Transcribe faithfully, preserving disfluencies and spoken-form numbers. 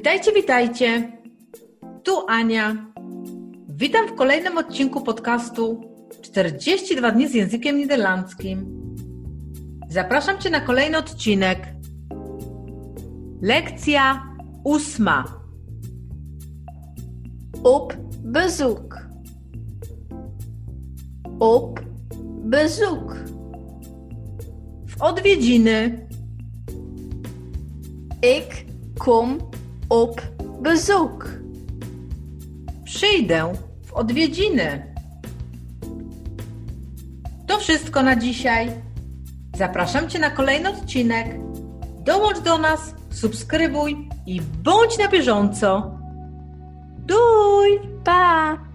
Witajcie, witajcie. Tu Ania. Witam w kolejnym odcinku podcastu czterdzieści dwa dni z językiem niderlandzkim. Zapraszam Cię na kolejny odcinek. Lekcja ósma. Op bezoek. Op bezoek. W odwiedziny. Ik kom op bezoek. Przyjdę w odwiedziny. To wszystko na dzisiaj. Zapraszam Cię na kolejny odcinek. Dołącz do nas, subskrybuj i bądź na bieżąco. Doei! Pa!